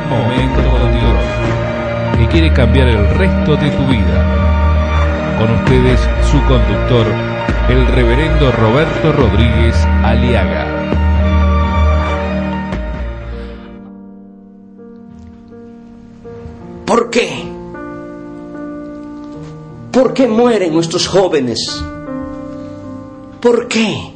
momento con Dios, que quiere cambiar el resto de tu vida. Con ustedes, su conductor, el reverendo Roberto Rodríguez Aliaga. ¿Por qué? ¿Por qué mueren nuestros jóvenes? ¿Por qué?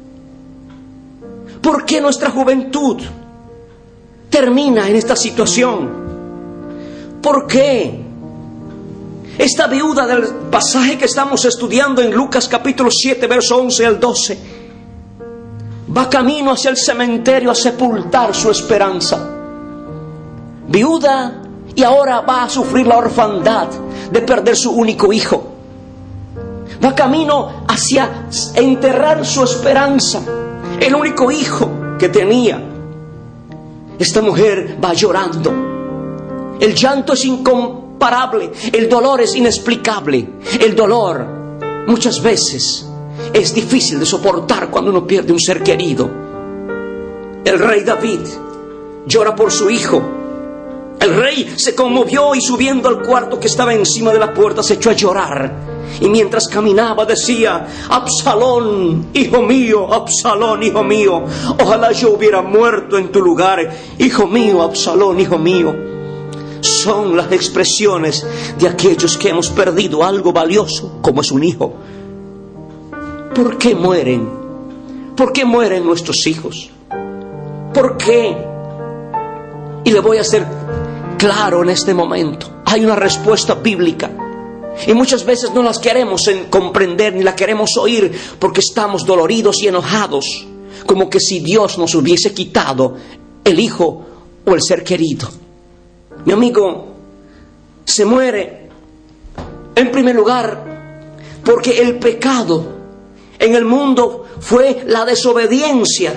¿Por qué nuestra juventud termina en esta situación? ¿Por qué esta viuda del pasaje que estamos estudiando en Lucas capítulo 7, verso 11 al 12, va camino hacia el cementerio a sepultar su esperanza? Viuda, y ahora va a sufrir la orfandad de perder su único hijo. Va camino hacia enterrar su esperanza, el único hijo que tenía. Esta mujer va llorando. El llanto es incomparable, el dolor es inexplicable. El dolor muchas veces es difícil de soportar cuando uno pierde un ser querido. El rey David llora por su hijo. El rey se conmovió y subiendo al cuarto que estaba encima de la puerta se echó a llorar. Y mientras caminaba decía: Absalón, hijo mío, Absalón, hijo mío, ojalá yo hubiera muerto en tu lugar. Hijo mío, Absalón, hijo mío. Son las expresiones de aquellos que hemos perdido algo valioso como es un hijo. ¿Por qué mueren? ¿Por qué mueren nuestros hijos? ¿Por qué? Y le voy a hacer claro en este momento. Hay una respuesta bíblica y muchas veces no las queremos comprender ni la queremos oír porque estamos doloridos y enojados, como que si Dios nos hubiese quitado el hijo o el ser querido. Mi amigo, se muere en primer lugar porque el pecado en el mundo fue la desobediencia.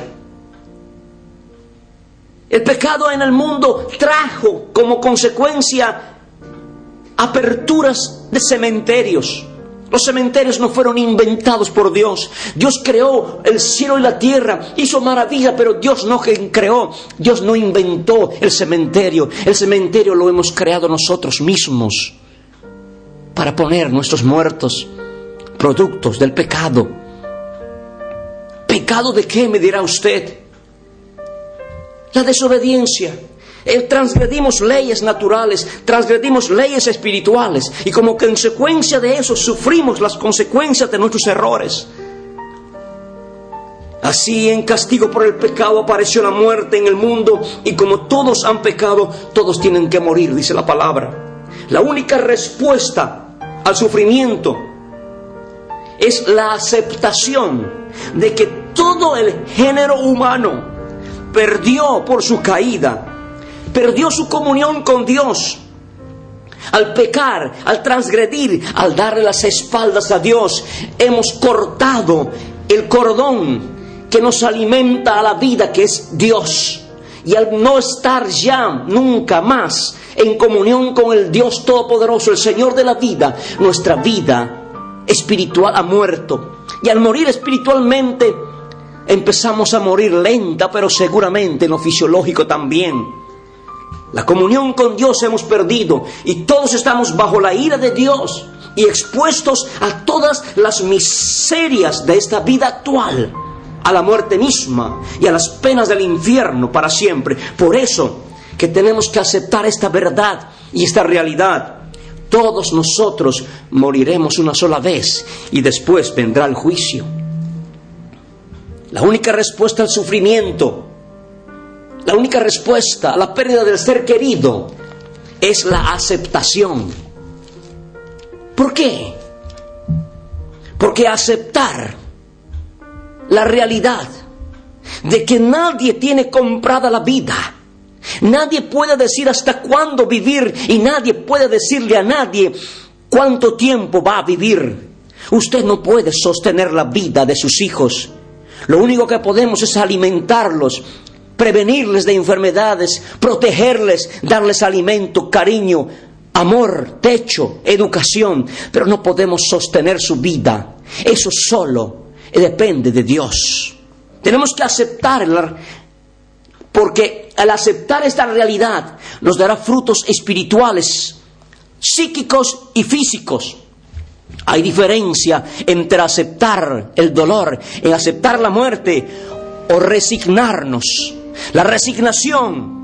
El pecado en el mundo trajo como consecuencia aperturas de cementerios. Los cementerios no fueron inventados por Dios. Dios creó el cielo y la tierra, hizo maravilla, pero Dios no creó, Dios no inventó el cementerio. El cementerio lo hemos creado nosotros mismos para poner nuestros muertos, productos del pecado. ¿Pecado de qué, me dirá usted? La desobediencia. Transgredimos leyes naturales, transgredimos leyes espirituales y como consecuencia de eso sufrimos las consecuencias de nuestros errores. Así, en castigo por el pecado apareció la muerte en el mundo y como todos han pecado, todos tienen que morir, dice la palabra. La única respuesta al sufrimiento es la aceptación de que todo el género humano perdió por su caída, perdió su comunión con Dios. Al pecar, al transgredir, al darle las espaldas a Dios, hemos cortado el cordón que nos alimenta a la vida, que es Dios. Y al no estar ya nunca más en comunión con el Dios Todopoderoso, el Señor de la vida, nuestra vida espiritual ha muerto. Y al morir espiritualmente, empezamos a morir lenta, pero seguramente en lo fisiológico también. La comunión con Dios hemos perdido y todos estamos bajo la ira de Dios y expuestos a todas las miserias de esta vida actual, a la muerte misma y a las penas del infierno para siempre. Por eso que tenemos que aceptar esta verdad y esta realidad. Todos nosotros moriremos una sola vez y después vendrá el juicio. La única respuesta al sufrimiento, la única respuesta a la pérdida del ser querido es la aceptación. ¿Por qué? Porque aceptar la realidad de que nadie tiene comprada la vida, nadie puede decir hasta cuándo vivir y nadie puede decirle a nadie cuánto tiempo va a vivir. Usted no puede sostener la vida de sus hijos. Lo único que podemos es alimentarlos, prevenirles de enfermedades, protegerles, darles alimento, cariño, amor, techo, educación, pero no podemos sostener su vida. Eso solo depende de Dios. Tenemos que aceptar Porque al aceptar esta realidad nos dará frutos espirituales, psíquicos y físicos. Hay diferencia entre aceptar el dolor, en aceptar la muerte o resignarnos. La resignación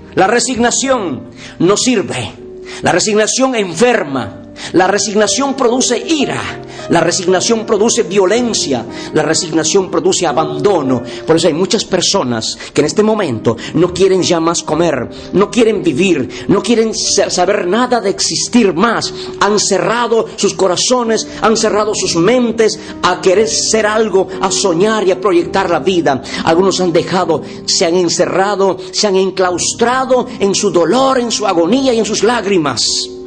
no sirve. La resignación enferma. La resignación produce ira, la resignación produce violencia, la resignación produce abandono. Por eso hay muchas personas que en este momento no quieren ya más comer, no quieren vivir, no quieren saber nada de existir más. Han cerrado sus corazones, han cerrado sus mentes a querer ser algo, a soñar y a proyectar la vida. Algunos se han encerrado, se han enclaustrado en su dolor, en su agonía y en sus lágrimas.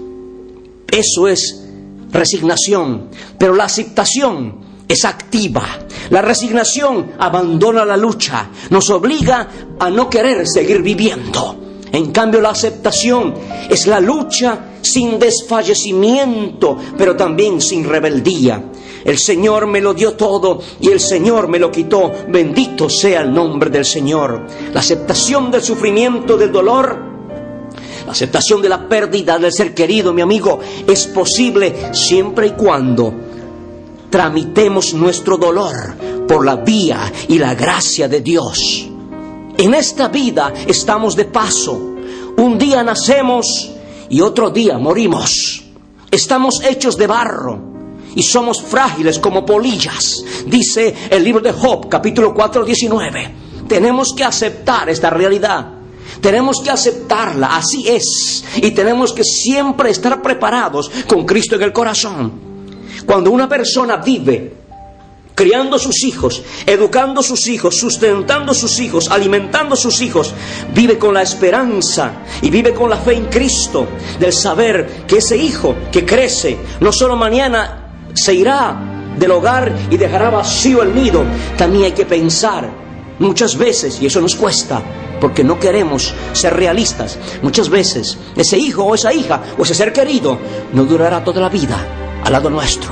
Eso es resignación, pero la aceptación es activa. La resignación abandona la lucha, nos obliga a no querer seguir viviendo. En cambio, la aceptación es la lucha sin desfallecimiento, pero también sin rebeldía. El Señor me lo dio todo y el Señor me lo quitó. Bendito sea el nombre del Señor. La aceptación del sufrimiento, del dolor, la aceptación de la pérdida del ser querido, mi amigo, es posible siempre y cuando tramitemos nuestro dolor por la vía y la gracia de Dios. En esta vida estamos de paso. Un día nacemos y otro día morimos. Estamos hechos de barro y somos frágiles como polillas. Dice el libro de Job, capítulo 4, 19. Tenemos que aceptar esta realidad. Tenemos que aceptarla, así es. Y tenemos que siempre estar preparados con Cristo en el corazón. Cuando una persona vive criando sus hijos, educando sus hijos, sustentando sus hijos, alimentando sus hijos, vive con la esperanza y vive con la fe en Cristo, del saber que ese hijo que crece, no solo mañana se irá del hogar y dejará vacío el nido. También hay que pensar muchas veces, y eso nos cuesta, porque no queremos ser realistas. Muchas veces ese hijo o esa hija o ese ser querido no durará toda la vida al lado nuestro.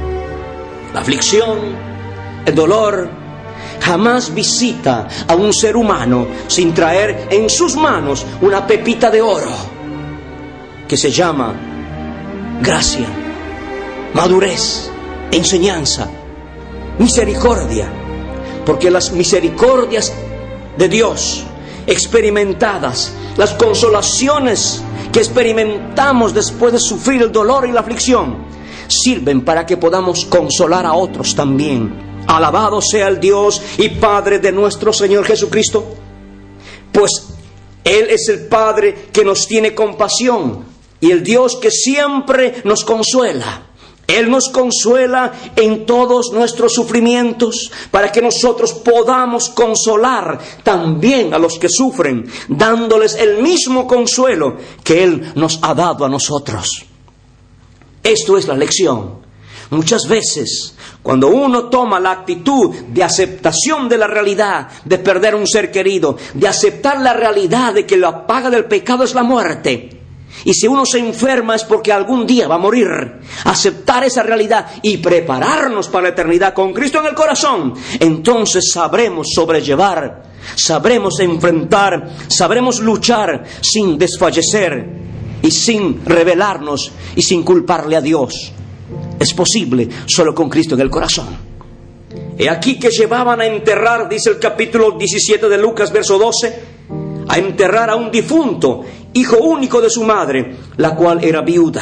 La aflicción, el dolor, jamás visita a un ser humano sin traer en sus manos una pepita de oro que se llama gracia, madurez, enseñanza, misericordia. Porque las misericordias de Dios experimentadas, las consolaciones que experimentamos después de sufrir el dolor y la aflicción, sirven para que podamos consolar a otros también. Alabado sea el Dios y Padre de nuestro Señor Jesucristo, pues Él es el Padre que nos tiene compasión y el Dios que siempre nos consuela. Él nos consuela en todos nuestros sufrimientos para que nosotros podamos consolar también a los que sufren, dándoles el mismo consuelo que Él nos ha dado a nosotros. Esto es la lección. Muchas veces, cuando uno toma la actitud de aceptación de la realidad de perder un ser querido, de aceptar la realidad de que la paga del pecado es la muerte, y si uno se enferma es porque algún día va a morir, aceptar esa realidad y prepararnos para la eternidad con Cristo en el corazón, entonces sabremos sobrellevar, sabremos enfrentar, sabremos luchar sin desfallecer y sin rebelarnos y sin culparle a Dios. Es posible solo con Cristo en el corazón. He aquí que llevaban a enterrar, dice el capítulo 17 de Lucas, verso 12, a enterrar a un difunto, hijo único de su madre, la cual era viuda.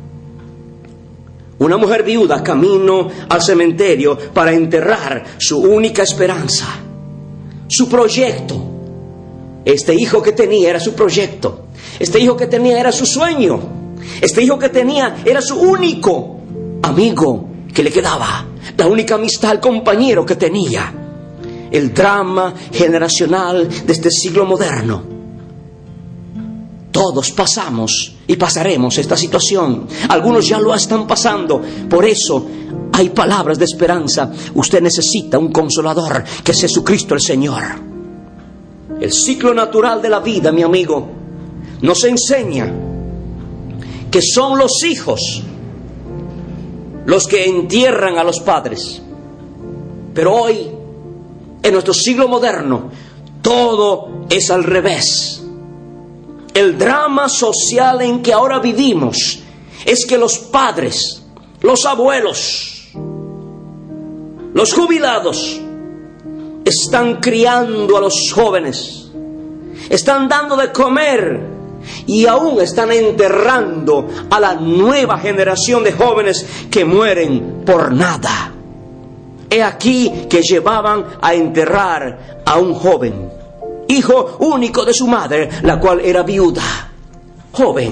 Una mujer viuda camino al cementerio para enterrar su única esperanza, su proyecto. Este hijo que tenía era su proyecto. Este hijo que tenía era su sueño. Este hijo que tenía era su único amigo que le quedaba, la única amistad, el compañero que tenía. El drama generacional de este siglo moderno. Todos pasamos y pasaremos esta situación. Algunos ya lo están pasando. Por eso hay palabras de esperanza. Usted necesita un consolador, que es Jesucristo el Señor. El ciclo natural de la vida, mi amigo, nos enseña que son los hijos los que entierran a los padres. Pero hoy, en nuestro siglo moderno, Todo es al revés. El drama social en que ahora vivimos es que los padres, los abuelos, los jubilados están criando a los jóvenes, están dando de comer y aún están enterrando a la nueva generación de jóvenes que mueren por nada. He aquí que llevaban a enterrar a un joven, hijo único de su madre, la cual era viuda. Joven.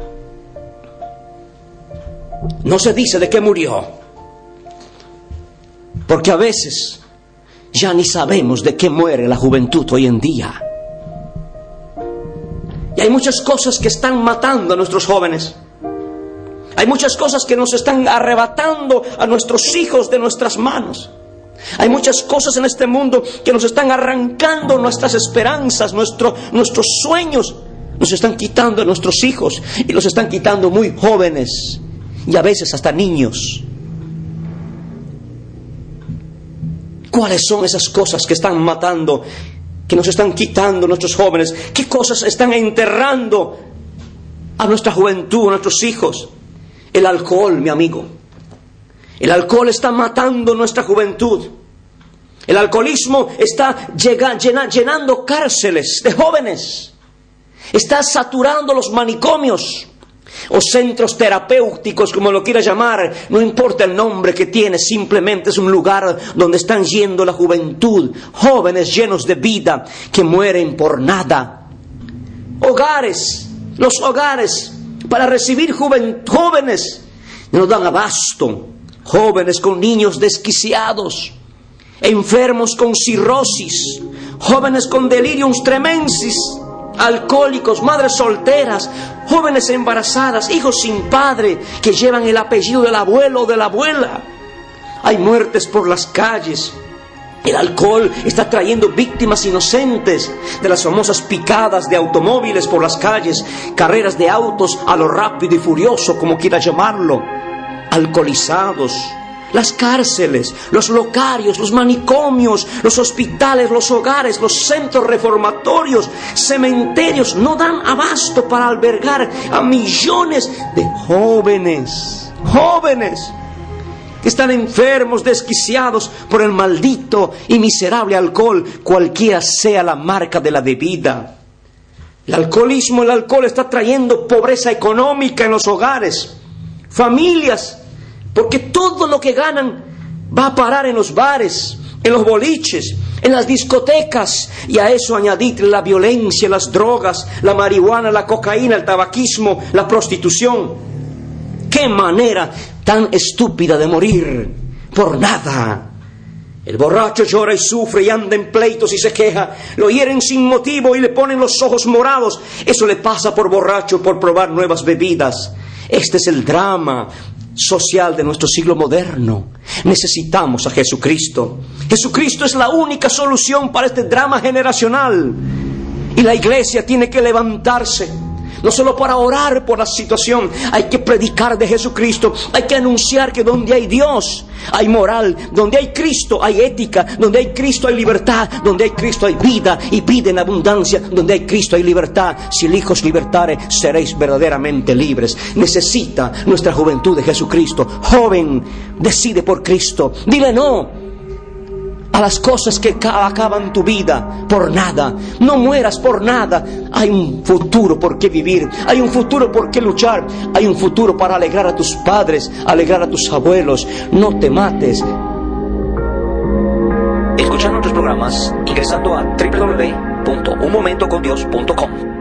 No se dice de qué murió, porque a veces ya ni sabemos de qué muere la juventud hoy en día. Y hay muchas cosas que están matando a nuestros jóvenes. Hay muchas cosas que nos están arrebatando a nuestros hijos de nuestras manos. Hay muchas cosas en este mundo que nos están arrancando nuestras esperanzas, nuestros sueños. Nos están quitando a nuestros hijos y los están quitando muy jóvenes y a veces hasta niños. ¿Cuáles son esas cosas que están matando, que nos están quitando a nuestros jóvenes? ¿Qué cosas están enterrando a nuestra juventud, a nuestros hijos? El alcohol, mi amigo. El alcohol está matando nuestra juventud. El alcoholismo está llenando cárceles de jóvenes. Está saturando los manicomios o centros terapéuticos, como lo quiera llamar. No importa el nombre que tiene, simplemente es un lugar donde están yendo la juventud, jóvenes llenos de vida que mueren por nada. Hogares, los hogares para recibir jóvenes no dan abasto. Jóvenes con niños desquiciados, enfermos con cirrosis, jóvenes con delirium tremensis, alcohólicos, madres solteras, jóvenes embarazadas, hijos sin padre que llevan el apellido del abuelo o de la abuela. Hay muertes por las calles. El alcohol está trayendo víctimas inocentes de las famosas picadas de automóviles por las calles, carreras de autos a lo rápido y furioso, como quiera llamarlo. Alcoholizados, las cárceles, los locarios, los manicomios, los hospitales, los hogares, los centros reformatorios, cementerios no dan abasto para albergar a millones de jóvenes que están enfermos, desquiciados por el maldito y miserable alcohol, cualquiera sea la marca de la bebida. El alcohol está trayendo pobreza económica en los hogares, familias, porque todo lo que ganan va a parar en los bares, en los boliches, en las discotecas, y a eso añadirle la violencia, las drogas, la marihuana, la cocaína, el tabaquismo, la prostitución. ¡Qué manera tan estúpida de morir por nada! El borracho llora y sufre y anda en pleitos y se queja. Lo hieren sin motivo y le ponen los ojos morados. Eso le pasa por borracho, por probar nuevas bebidas. Este es el drama social de nuestro siglo moderno. Necesitamos a Jesucristo. Jesucristo es la única solución para este drama generacional. Y la iglesia tiene que levantarse, no solo para orar por la situación. Hay que predicar de Jesucristo. Hay que anunciar que donde hay Dios hay moral, donde hay Cristo hay ética, donde hay Cristo hay libertad, donde hay Cristo hay vida y vida en abundancia, donde hay Cristo hay libertad. Si el Hijo os libertare, seréis verdaderamente libres. Necesita nuestra juventud de Jesucristo. Joven, decide por Cristo. Dile no a las cosas que acaban tu vida por nada. No mueras por nada. Hay un futuro por qué vivir. Hay un futuro por qué luchar. Hay un futuro para alegrar a tus padres, alegrar a tus abuelos. No te mates. Escucha nuestros programas ingresando a www.unmomentocondios.com.